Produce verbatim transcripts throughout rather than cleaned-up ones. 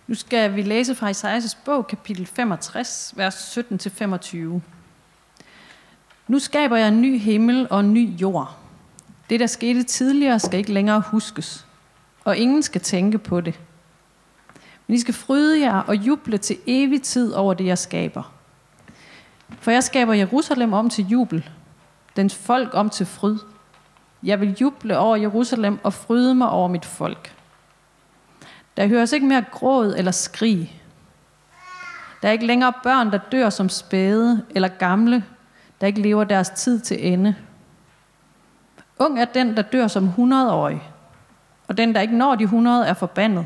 Nu skal vi læse fra Esajas bog, kapitel femogtres, vers sytten til femogtyve. Nu skaber jeg en ny himmel og en ny jord. Det, der skete tidligere, skal ikke længere huskes, og ingen skal tænke på det. Men I skal fryde jer og juble til evig tid over det, jeg skaber. For jeg skaber Jerusalem om til jubel, dens folk om til fryd. Jeg vil juble over Jerusalem og fryde mig over mit folk. Der høres ikke mere gråd eller skrig. Der er ikke længere børn, der dør som spæde, eller gamle, der ikke lever deres tid til ende. Ung er den, der dør som hundredårig, og den, der ikke når de hundrede, er forbandet.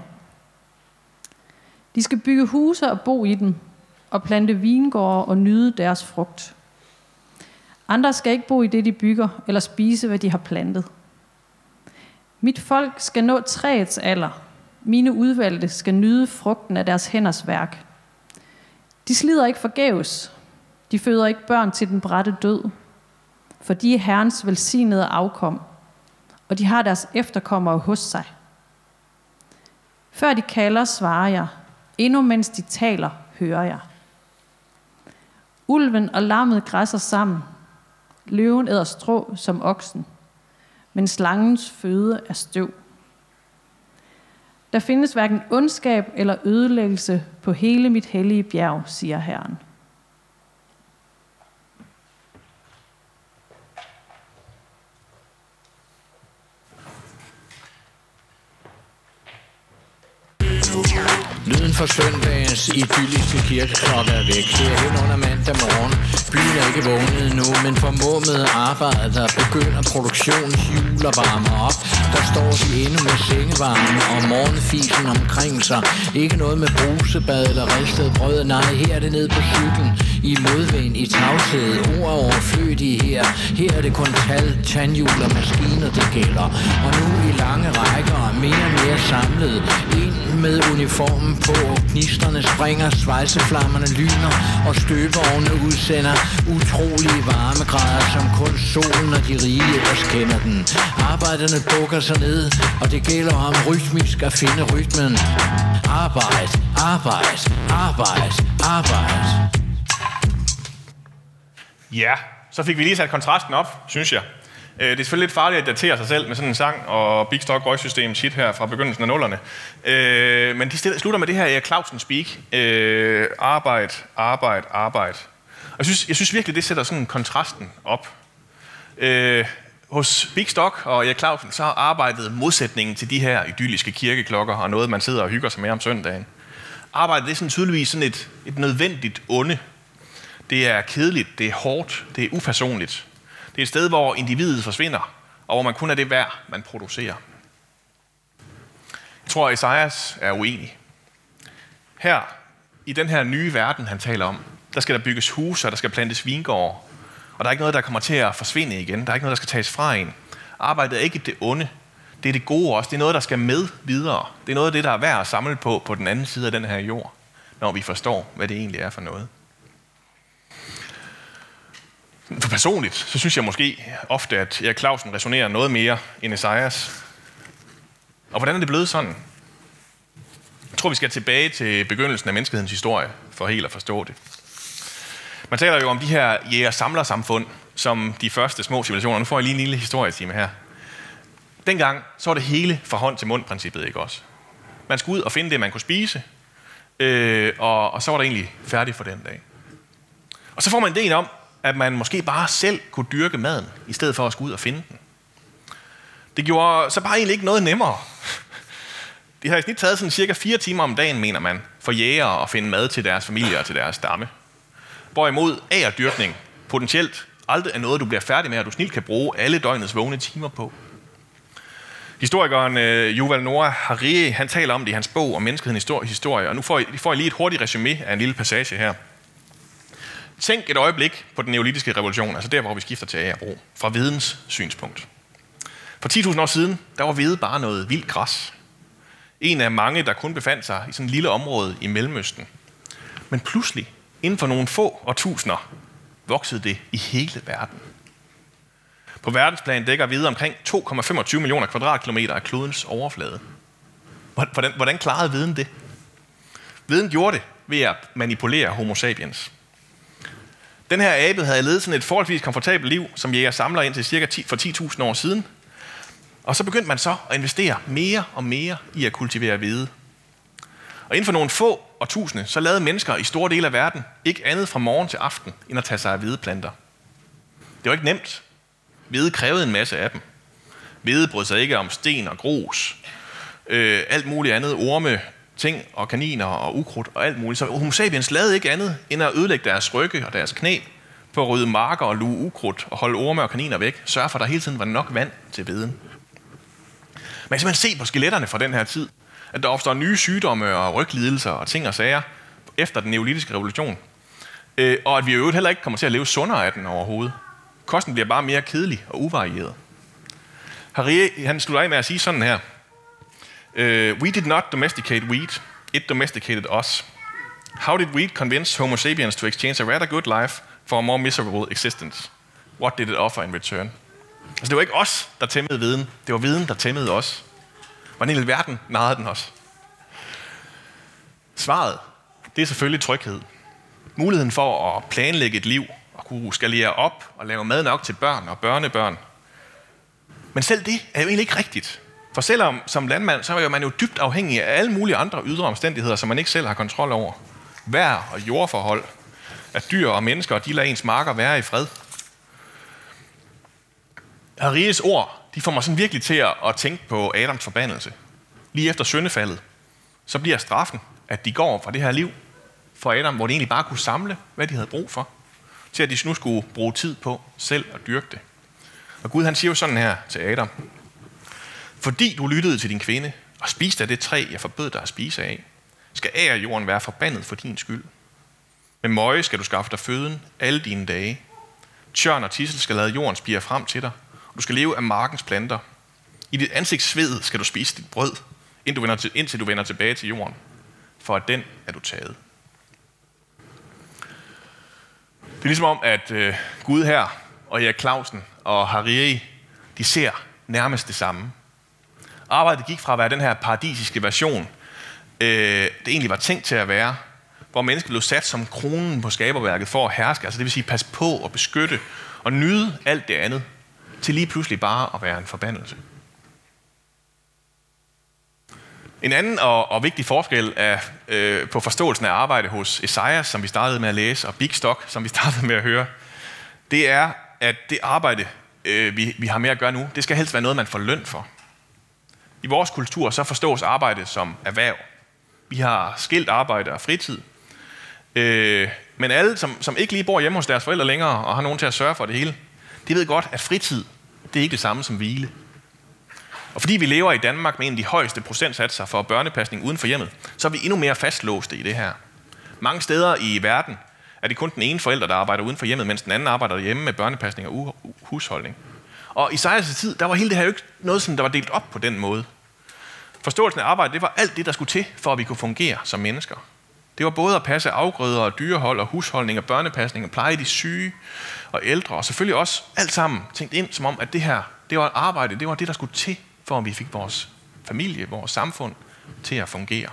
De skal bygge huse og bo i dem, og plante vingårde og nyde deres frugt. Andre skal ikke bo i det, de bygger, eller spise, hvad de har plantet. Mit folk skal nå træets alder. Mine udvalgte skal nyde frugten af deres hænders værk. De slider ikke forgæves. De føder ikke børn til den bratte død. For de er Herrens velsignede afkom, og de har deres efterkommere hos sig. Før de kalder, svarer jeg. Endnu mens de taler, hører jeg. Ulven og lammet græsser sammen. Løven æder strå som oksen, men slangens føde er støv. Der findes hverken ondskab eller ødelæggelse på hele mit hellige bjerg, siger Herren. Lyden fra søndagens idylliske kirkeklokke er væk. Det er hen under mandag morgen. Byen er ikke vågnet endnu, men formummede arbejder begynder produktionshjul og varmer op. Der står de endnu med sengevarme og morgenfisen omkring sig. Ikke noget med brusebad eller ristet brød. Nej, her er det ned på cyklen. I modvind, i tavshed, ord overflødige her. Her er det kun tal, tandhjul og maskiner, det gælder. Og nu i lange rækker, mere og mere samlet. En med uniformen på, gnisterne springer, svejseflammerne lyner, og støbeovne udsender utrolige varmegrader, som kun solen og de rige ellers kender den. Arbejderne bukker sig ned, og det gælder om rytmisk at finde rytmen. Arbejde, arbejde, arbejde, arbejde. Ja, så fik vi lige sat kontrasten op, synes jeg. Det er selvfølgelig lidt farligt at datere sig selv med sådan en sang og Big Stock Røgsystem shit her fra begyndelsen af nullerne. Men de slutter med det her Erik Clausen speak. Arbejde, arbejde, arbejde. Og jeg synes, jeg synes virkelig, det sætter sådan kontrasten op. Hos Big Stock og Erik Clausen, så har arbejdet modsætningen til de her idylliske kirkeklokker og noget, man sidder og hygger sig med om søndagen. Arbejdet det er sådan tydeligvis sådan et, et nødvendigt onde. Det er kedeligt, det er hårdt, det er upersonligt. Det er et sted, hvor individet forsvinder, og hvor man kun er det værd, man producerer. Jeg tror, at Esajas er uenig. Her, i den her nye verden, han taler om, der skal der bygges huse, og der skal plantes vingårde. Og der er ikke noget, der kommer til at forsvinde igen. Der er ikke noget, der skal tages fra en. Arbejdet er ikke det onde. Det er det gode også. Det er noget, der skal med videre. Det er noget af det, der er værd at samle på på den anden side af den her jord, når vi forstår, hvad det egentlig er for noget. For personligt, så synes jeg måske ofte, at Erik Clausen resonerer noget mere end Esajas. Og hvordan er det blevet sådan? Jeg tror, vi skal tilbage til begyndelsen af menneskehedens historie, for helt at forstå det. Man taler jo om de her jæger-samler-samfund, som de første små civilisationer. Nu får jeg lige en lille historietime her. Dengang, så var det hele fra hånd til mund-princippet, ikke også? Man skulle ud og finde det, man kunne spise, øh, og, og så var det egentlig færdigt for den dag. Og så får man ideen om, at man måske bare selv kunne dyrke maden, i stedet for at skulle ud og finde den. Det gjorde så bare egentlig ikke noget nemmere. Det har i snit taget sådan cirka fire timer om dagen, mener man, for jægere at finde mad til deres familie og til deres stamme. Hvorimod agerdyrkning potentielt aldrig er noget, du bliver færdig med, og du snilt kan bruge alle døgnets vågne timer på. Historikeren øh, Yuval Noah Harari, han taler om det i hans bog om menneskehedens historie, og nu får jeg, får jeg lige et hurtigt resumé af en lille passage her. Tænk et øjeblik på den neolitiske revolution, altså der, hvor vi skifter til agerbrug, fra videns synspunkt. For ti tusind år siden, der var hvede bare noget vildt græs. En af mange, der kun befandt sig i sådan et lille område i Mellemøsten. Men pludselig, inden for nogle få årtusinder, voksede det i hele verden. På verdensplan dækker hvede omkring to komma femogtyve millioner kvadratkilometer af klodens overflade. Hvordan, hvordan klarede viden det? Viden gjorde det ved at manipulere homo sapiens. Den her abe havde levet sådan et forholdsvis komfortabelt liv, som jæger-samler indtil cirka ti, for ti tusind år siden. Og så begyndte man så at investere mere og mere i at kultivere hvede. Og inden for nogle få og tusinde, så lavede mennesker i store dele af verden ikke andet fra morgen til aften, end at tage sig af hvedeplanter. Det var ikke nemt. Hvede krævede en masse af dem. Hvede brød sig ikke om sten og grus, øh, alt muligt andet, orme, ting og kaniner og ukrudt og alt muligt. Så homo sapiens lavede ikke andet, end at ødelægge deres rygge og deres knæ på at rydde marker og luge ukrudt og holde orme og kaniner væk. Sørge for, at der hele tiden var nok vand til hveden. Man kan simpelthen se på skeletterne fra den her tid, at der opstår nye sygdomme og ryglidelser og ting og sager efter den neolitiske revolution. Øh, og at vi jo heller ikke kommer til at leve sundere af den overhovedet. Kosten bliver bare mere kedelig og uvarieret. Hariri, han slutter af med at sige sådan her. Uh, we did not domesticate wheat, it domesticated us. How did wheat convince homo sapiens to exchange a rather good life for a more miserable existence? What did it offer in return? Altså det var ikke os, der tæmmede viden. Det var viden, der tæmmede os. Hvordan i alverden narrede den os? Svaret, det er selvfølgelig tryghed. Muligheden for at planlægge et liv, og kunne skalere op og lave mad nok til børn og børnebørn. Men selv det er jo egentlig ikke rigtigt. For selvom som landmand, så er man jo dybt afhængig af alle mulige andre ydre omstændigheder, som man ikke selv har kontrol over. Vejr og jordforhold, at dyr og mennesker, de lader ens marker være i fred. Hariris ord, de får mig sådan virkelig til at tænke på Adams forbandelse. Lige efter syndefaldet, så bliver straffen, at de går fra det her liv for Adam, hvor de egentlig bare kunne samle, hvad de havde brug for, til at de nu skulle bruge tid på selv at dyrke det. Og Gud han siger jo sådan her til Adam. Fordi du lyttede til din kvinde og spiste af det træ, jeg forbød dig at spise af, skal agerjorden være forbandet for din skyld. Med møje skal du skaffe dig føden alle dine dage. Tjørn og tissel skal lade jorden spire frem til dig, og du skal leve af markens planter. I dit ansigts sved skal du spise dit brød, indtil du vender, til, indtil du vender tilbage til jorden, for at den er du taget. Det er ligesom om, at øh, Gud her og Erik Clausen og Hariri, de ser nærmest det samme. Arbejdet gik fra at være den her paradisiske version, øh, det egentlig var tænkt til at være, hvor mennesket blev sat som kronen på skaberværket for at herske, altså det vil sige passe på og beskytte og nyde alt det andet, til lige pludselig bare at være en forbandelse. En anden og, og vigtig forskel er, øh, på forståelsen af arbejde hos Esajas, som vi startede med at læse, og Big Stock, som vi startede med at høre, det er, at det arbejde, øh, vi, vi har med at gøre nu, det skal helst være noget, man får løn for. I vores kultur så forstås arbejde som erhverv. Vi har skilt arbejde og fritid. Øh, men alle, som, som ikke lige bor hjemme hos deres forældre længere og har nogen til at sørge for det hele, de ved godt, at fritid, det er ikke det samme som hvile. Og fordi vi lever i Danmark med en af de højeste procentsatser for børnepasning uden for hjemmet, så er vi endnu mere fastlåste i det her. Mange steder i verden er det kun den ene forælder, der arbejder uden for hjemmet, mens den anden arbejder hjemme med børnepasning og husholdning. Og i Esajas tid, der var hele det her jo ikke noget, som der var delt op på den måde. Forståelsen af arbejde, det var alt det, der skulle til, for at vi kunne fungere som mennesker. Det var både at passe afgrøder og dyrehold og husholdning og børnepasning og pleje de syge og ældre, og selvfølgelig også alt sammen tænkt ind som om, at det her, det var et arbejde, det var det, der skulle til, for at vi fik vores familie, vores samfund til at fungere.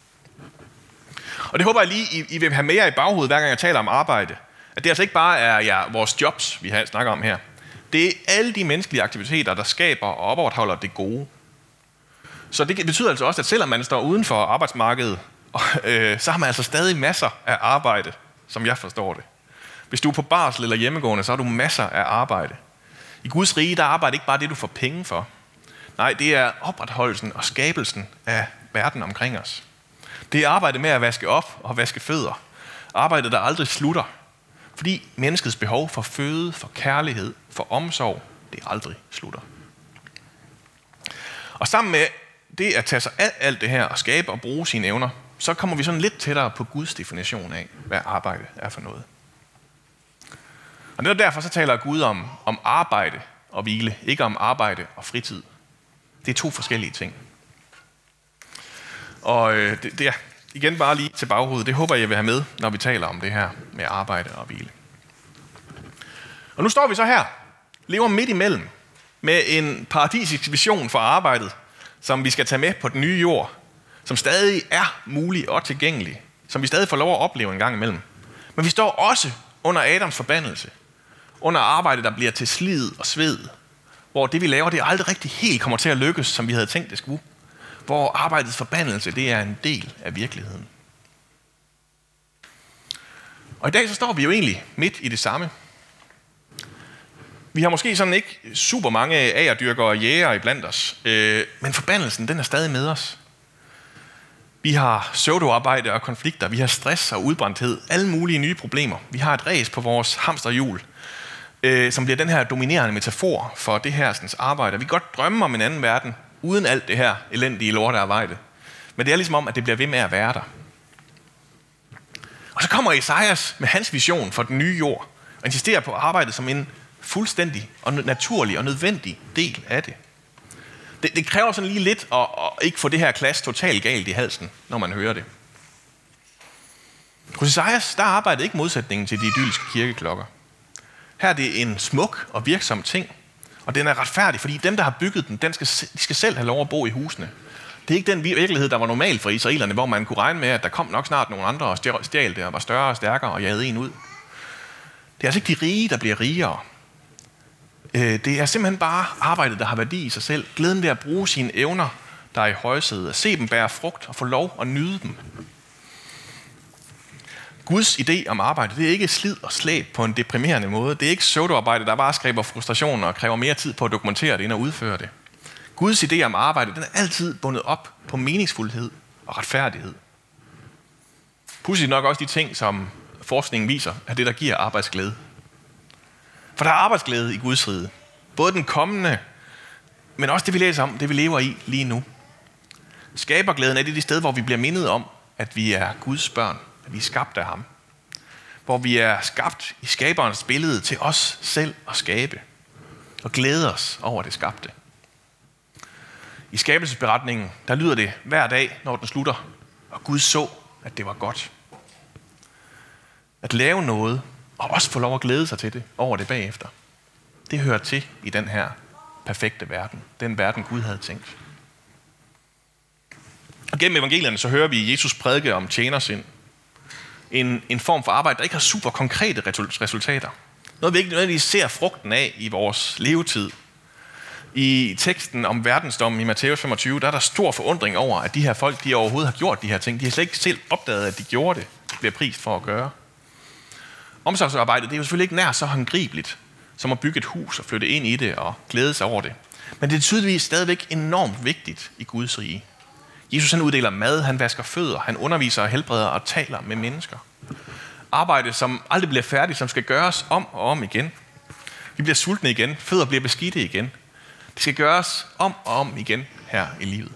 Og det håber jeg lige, I, I vil have mere i baghovedet, hver gang jeg taler om arbejde. At det altså ikke bare er ja, vores jobs, vi snakker om her. Det er alle de menneskelige aktiviteter, der skaber og opretholder det gode. Så det betyder altså også, at selvom man står uden for arbejdsmarkedet, øh, så har man altså stadig masser af arbejde, som jeg forstår det. Hvis du er på barsel eller hjemmegående, så har du masser af arbejde. I Guds rige, der arbejder ikke bare det, du får penge for. Nej, det er opretholdelsen og skabelsen af verden omkring os. Det er arbejdet med at vaske op og vaske fødder. Arbejdet, der aldrig slutter. Fordi menneskets behov for føde, for kærlighed, for omsorg, det aldrig slutter. Og sammen med det at tage sig af alt det her og skabe og bruge sine evner, så kommer vi sådan lidt tættere på Guds definition af, hvad arbejde er for noget. Og netop derfor så taler Gud om, om arbejde og hvile, ikke om arbejde og fritid. Det er to forskellige ting. Og øh, det, det er igen bare lige til baghovedet. Det håber jeg vil have med, når vi taler om det her med arbejde og hvile. Og nu står vi så her, lever midt imellem, med en paradisisk vision for arbejdet, som vi skal tage med på den nye jord, som stadig er mulig og tilgængelig, som vi stadig får lov at opleve en gang imellem. Men vi står også under Adams forbandelse. Under arbejde, der bliver til slid og sved. Hvor det, vi laver, det aldrig rigtig helt kommer til at lykkes, som vi havde tænkt, det skulle. Hvor arbejdets forbandelse, det er en del af virkeligheden. Og i dag så står vi jo egentlig midt i det samme. Vi har måske sådan ikke super mange agerdyrkere og jæger iblandt os, øh, men forbandelsen, den er stadig med os. Vi har pseudoarbejde og konflikter, vi har stress og udbrændthed, alle mulige nye problemer. Vi har et ræs på vores hamsterhjul, øh, som bliver den her dominerende metafor for det her sådan, arbejde. Vi kan godt drømme om en anden verden, uden alt det her elendige lortearbejde. Men det er ligesom om, at det bliver ved med at være der. Og så kommer Esajas med hans vision for den nye jord, og insisterer på arbejdet som en fuldstændig og naturlig og nødvendig del af det. Det, det kræver sådan lige lidt at, at ikke få det her klasse totalt galt i halsen, når man hører det. Hos Esajas, der arbejder ikke modsætningen til de idylliske kirkeklokker. Her er det en smuk og virksom ting, og den er retfærdig, fordi dem, der har bygget den, den skal, de skal selv have lov at bo i husene. Det er ikke den virkelighed, der var normal for israelerne, hvor man kunne regne med, at der kom nok snart nogle andre og stjal det og var større og stærkere og jagede en ud. Det er altså ikke de rige, der bliver rigere. Det er simpelthen bare arbejdet, der har værdi i sig selv. Glæden ved at bruge sine evner, der er i højsædet. At se dem bære frugt og få lov at nyde dem. Guds idé om arbejde, det er ikke slid og slæb på en deprimerende måde. Det er ikke pseudoarbejde, der bare skaber frustration og kræver mere tid på at dokumentere det, end at udføre det. Guds idé om arbejde, den er altid bundet op på meningsfuldhed og retfærdighed. Pudsigt nok også de ting, som forskningen viser, er det, der giver arbejdsglæde. For der er arbejdsglæde i Guds rige. Både den kommende, men også det, vi læser om, det vi lever i lige nu. Skaberglæden er det de sted, hvor vi bliver mindet om, at vi er Guds børn, at vi er skabt af ham. Hvor vi er skabt i skaberens billede til os selv at skabe. Og glæde os over det skabte. I skabelsesberetningen, der lyder det hver dag, når den slutter, og Gud så, at det var godt. At lave noget, og også få lov at glæde sig til det, over det bagefter. Det hører til i den her perfekte verden. Den verden, Gud havde tænkt. Og gennem evangelierne, så hører vi Jesus prædike om tjenersind. En, en form for arbejde, der ikke har super konkrete resultater. Noget, vi ikke nødvendigvis ser frugten af i vores levetid. I teksten om verdensdommen i Matthæus femogtyve, der er der stor forundring over, at de her folk, de overhovedet har gjort de her ting. De har slet ikke selv opdaget, at de gjorde det. Det bliver prist for at gøre. Omsorgsarbejdet, det er jo selvfølgelig ikke nær så håndgribeligt, som at bygge et hus og flytte ind i det og glæde sig over det. Men det er tydeligvis stadigvæk enormt vigtigt i Guds rige. Jesus han uddeler mad, han vasker fødder, han underviser og helbreder og taler med mennesker. Arbejde, som aldrig bliver færdigt, som skal gøres om og om igen. Vi bliver sultne igen, fødder bliver beskidte igen. Det skal gøres om og om igen her i livet.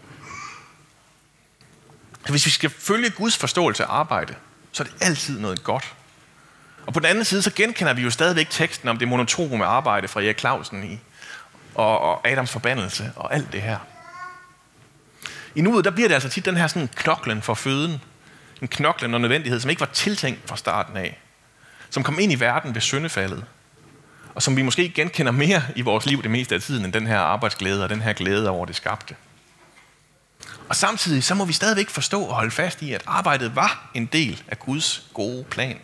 Så hvis vi skal følge Guds forståelse af arbejde, så er det altid noget godt. Og på den anden side, så genkender vi jo stadigvæk teksten om det monotone arbejde fra Erik Clausen i, og, og Adams forbandelse og alt det her. I nuet, der bliver det altså tit den her sådan knoklen for føden. En knoklen og nødvendighed, som ikke var tiltænkt fra starten af. Som kom ind i verden ved syndefaldet. Og som vi måske genkender mere i vores liv det meste af tiden, end den her arbejdsglæde og den her glæde over det skabte. Og samtidig, så må vi stadigvæk forstå og holde fast i, at arbejdet var en del af Guds gode plan.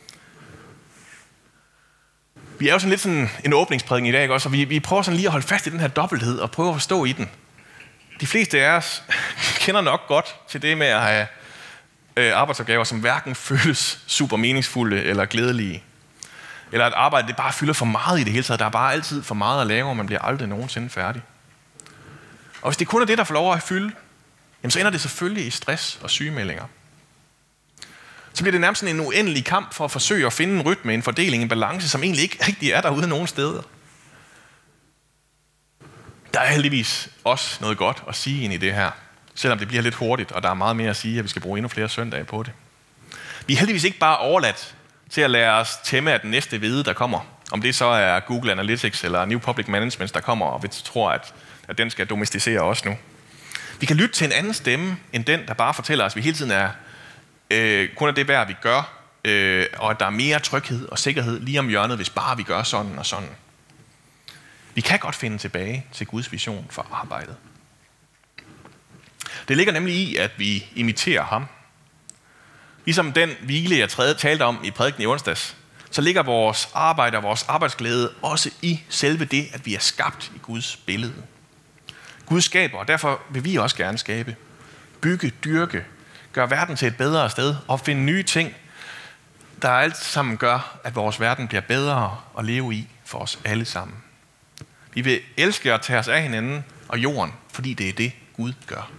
Vi er jo sådan lidt sådan en åbningsprædiken i dag, ikke også? Og vi, vi prøver sådan lige at holde fast i den her dobbelthed og prøve at forstå i den. De fleste af os kender nok godt til det med at have øh, arbejdsopgaver, som hverken føles super meningsfulde eller glædelige. Eller at arbejdet det bare fylder for meget i det hele taget. Der er bare altid for meget at lave, og man bliver aldrig nogensinde færdig. Og hvis det kun er det, der får lov at fylde, jamen så ender det selvfølgelig i stress og sygemeldinger. Så bliver det nærmest en uendelig kamp for at forsøge at finde en rytme, en fordeling, en balance, som egentlig ikke rigtig er derude nogen steder. Der er heldigvis også noget godt at sige ind i det her, selvom det bliver lidt hurtigt, og der er meget mere at sige, at vi skal bruge endnu flere søndage på det. Vi er heldigvis ikke bare overladt til at lære os tæmme af den næste vide, der kommer. Om det så er Google Analytics eller New Public Management, der kommer, og vi tror, at, at den skal domesticere os nu. Vi kan lytte til en anden stemme, end den, der bare fortæller os, at vi hele tiden er øh, kun er det værd, vi gør, øh, og at der er mere tryghed og sikkerhed lige om hjørnet, hvis bare vi gør sådan og sådan. Vi kan godt finde tilbage til Guds vision for arbejdet. Det ligger nemlig i, at vi imiterer ham. Ligesom den hvile, jeg tredje talte om i prædiken i onsdags, så ligger vores arbejde og vores arbejdsglæde også i selve det, at vi er skabt i Guds billede. Gud skaber, og derfor vil vi også gerne skabe. Bygge, dyrke, gøre verden til et bedre sted, opfinde nye ting, der alt sammen gør, at vores verden bliver bedre at leve i for os alle sammen. Vi vil elske at tage os af hinanden og jorden, fordi det er det, Gud gør.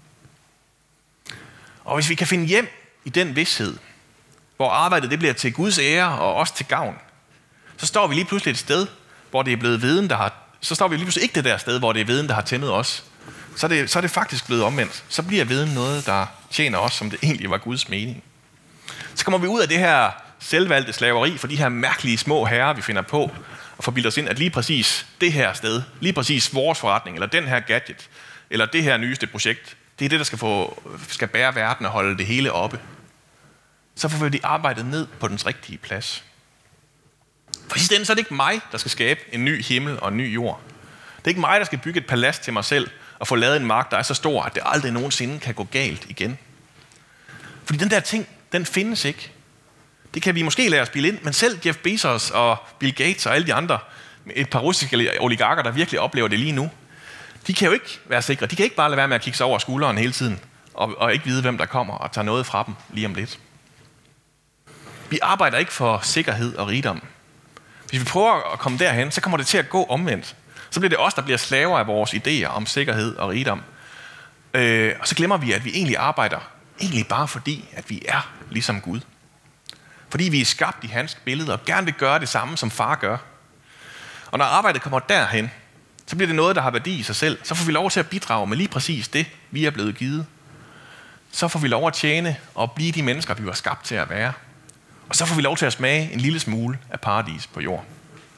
Og hvis vi kan finde hjem i den vidsthed, hvor arbejdet det bliver til Guds ære og også til gavn, så står vi lige pludselig et sted, hvor det er blevet viden, der har... Så står vi lige pludselig ikke det der sted, hvor det er viden, der har tændet os. Så er det, så er det faktisk blevet omvendt. Så bliver viden noget, der tjener os, som det egentlig var Guds mening. Så kommer vi ud af det her selvvalgte slaveri for de her mærkelige små herrer, vi finder på, og forbilder os ind, at lige præcis det her sted, lige præcis vores forretning, eller den her gadget, eller det her nyeste projekt, det er det, der skal, få, skal bære verden og holde det hele oppe. Så får vi de arbejdet ned på dens rigtige plads. For i sidste ende, så er det ikke mig, der skal skabe en ny himmel og en ny jord. Det er ikke mig, der skal bygge et palads til mig selv og få lavet en mark, der er så stor, at det aldrig nogensinde kan gå galt igen. Fordi den der ting, den findes ikke. Det kan vi måske lade os bilde ind, men selv Jeff Bezos og Bill Gates og alle de andre, et par russiske oligarker, der virkelig oplever det lige nu, de kan jo ikke være sikre. De kan ikke bare lade være med at kigge sig over skulderen hele tiden, og, og ikke vide, hvem der kommer og tager noget fra dem lige om lidt. Vi arbejder ikke for sikkerhed og rigdom. Hvis vi prøver at komme derhen, så kommer det til at gå omvendt. Så bliver det os, der bliver slaver af vores idéer om sikkerhed og rigdom. Øh, og så glemmer vi, at vi egentlig arbejder, egentlig bare fordi, at vi er ligesom Gud. Fordi vi er skabt i hans billede og gerne vil gøre det samme, som far gør. Og når arbejdet kommer derhen, så bliver det noget, der har værdi i sig selv. Så får vi lov til at bidrage med lige præcis det, vi er blevet givet. Så får vi lov at tjene og blive de mennesker, vi var skabt til at være. Og så får vi lov til at smage en lille smule af paradis på jord.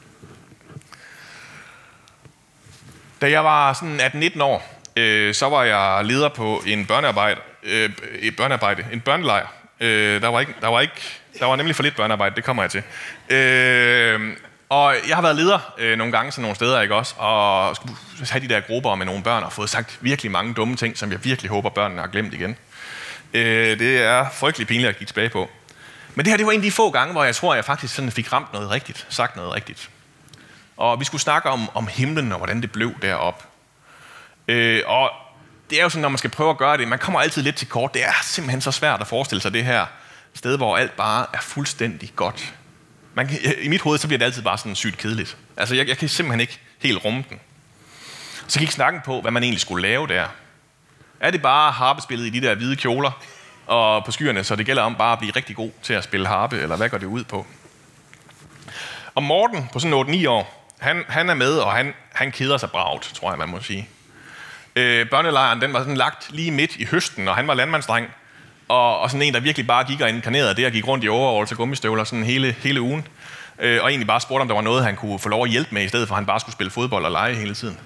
Da jeg var sådan atten nitten år, øh, så var jeg leder på en børnearbejde, øh, et børnearbejde, en børnelejr. Øh, der var ikke, der var ikke, der var nemlig for lidt børnearbejde, det kommer jeg til. Øh, og jeg har været leder øh, nogle gange sådan nogle steder, ikke også, og skulle have de der grupper med nogle børn og fået sagt virkelig mange dumme ting, som jeg virkelig håber børnene har glemt igen. Øh, det er frygtelig pinligt at kigge tilbage på. Men det her, det var en af de få gange, hvor jeg tror, jeg faktisk sådan fik ramt noget rigtigt, sagt noget rigtigt. Og vi skulle snakke om, om himlen og hvordan det blev deroppe. Øh, og det er jo sådan, når man skal prøve at gøre det, man kommer altid lidt til kort. Det er simpelthen så svært at forestille sig det her sted, hvor alt bare er fuldstændig godt. Man kan, i mit hoved, så bliver det altid bare sådan sygt kedeligt. Altså, jeg, jeg kan simpelthen ikke helt rumme den. Så gik snakken på, hvad man egentlig skulle lave der. Er det bare harpespillet i de der hvide kjoler og på skyerne, så det gælder om bare at blive rigtig god til at spille harpe, eller hvad går det ud på? Og Morten på sådan otte ni år, han, han er med, og han, han keder sig bragt, tror jeg, man må sige. Øh, børnelejren, den var sådan lagt lige midt i høsten, og han var landmandsdreng, og, og sådan en, der virkelig bare gik og inkarnerede det, og gik rundt i overalls og gummistøvler sådan hele, hele ugen, øh, og egentlig bare spurgte, om der var noget, han kunne få lov at hjælpe med, i stedet for at han bare skulle spille fodbold og lege hele tiden.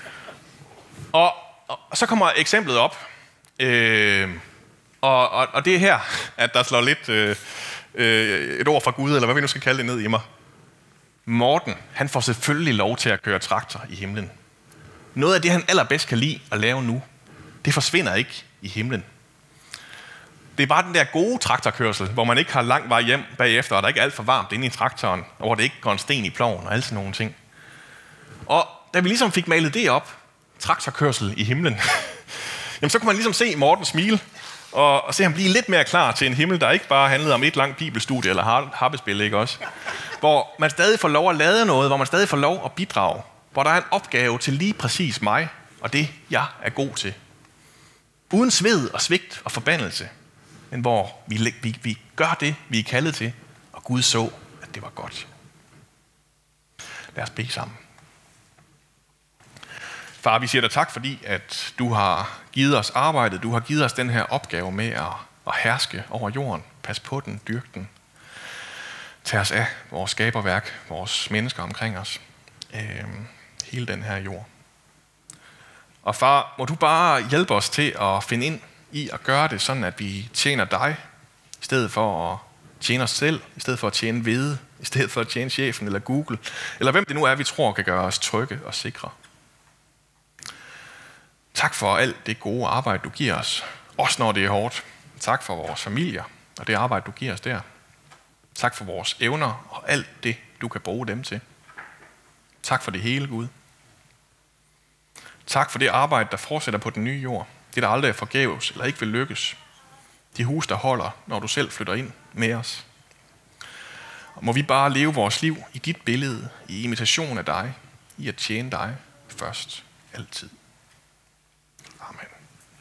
Og, og så kommer eksemplet op, øh, og, og, og det er her, at der slår lidt øh, øh, et ord fra Gud, eller hvad vi nu skal kalde det, ned i mig. Morten, han får selvfølgelig lov til at køre traktor i himlen. Noget af det, han allerbedst kan lide at lave nu, det forsvinder ikke i himlen. Det er bare den der gode traktorkørsel, hvor man ikke har lang vej hjem bagefter, og der ikke er alt for varmt inde i traktoren, og hvor det ikke går en sten i ploven og alle sådan nogle ting. Og da vi ligesom fik malet det op, traktorkørsel i himlen, jamen så kunne man ligesom se Morten smile, og, og se ham blive lidt mere klar til en himmel, der ikke bare handlede om et langt bibelstudie eller har, harpespil, ikke også? Hvor man stadig får lov at lade noget, hvor man stadig får lov at bidrage, hvor der er en opgave til lige præcis mig, og det jeg er god til. Uden sved og svigt og forbandelse, men hvor vi, vi, vi gør det, vi er kaldet til, og Gud så, at det var godt. Lad os bede sammen. Far, vi siger dig tak, fordi at du har givet os arbejdet, du har givet os den her opgave med at, at herske over jorden. Pas på den, dyrk den. Tag os af vores skaberværk, vores mennesker omkring os. Øh, hele den her jord. Og far, må du bare hjælpe os til at finde ind i at gøre det sådan, at vi tjener dig, i stedet for at tjene os selv, i stedet for at tjene hvede, i stedet for at tjene chefen eller Google, eller hvem det nu er, vi tror kan gøre os trygge og sikre. Tak for alt det gode arbejde, du giver os, også når det er hårdt. Tak for vores familier. og det arbejde, du giver os der. Tak for vores evner og alt det, du kan bruge dem til. Tak for det hele, Gud. Tak for det arbejde, der fortsætter på den nye jord. Det, der aldrig er forgæves eller ikke vil lykkes. De hus, der holder, når du selv flytter ind med os. Og må vi bare leve vores liv i dit billede, i imitation af dig, i at tjene dig først, altid.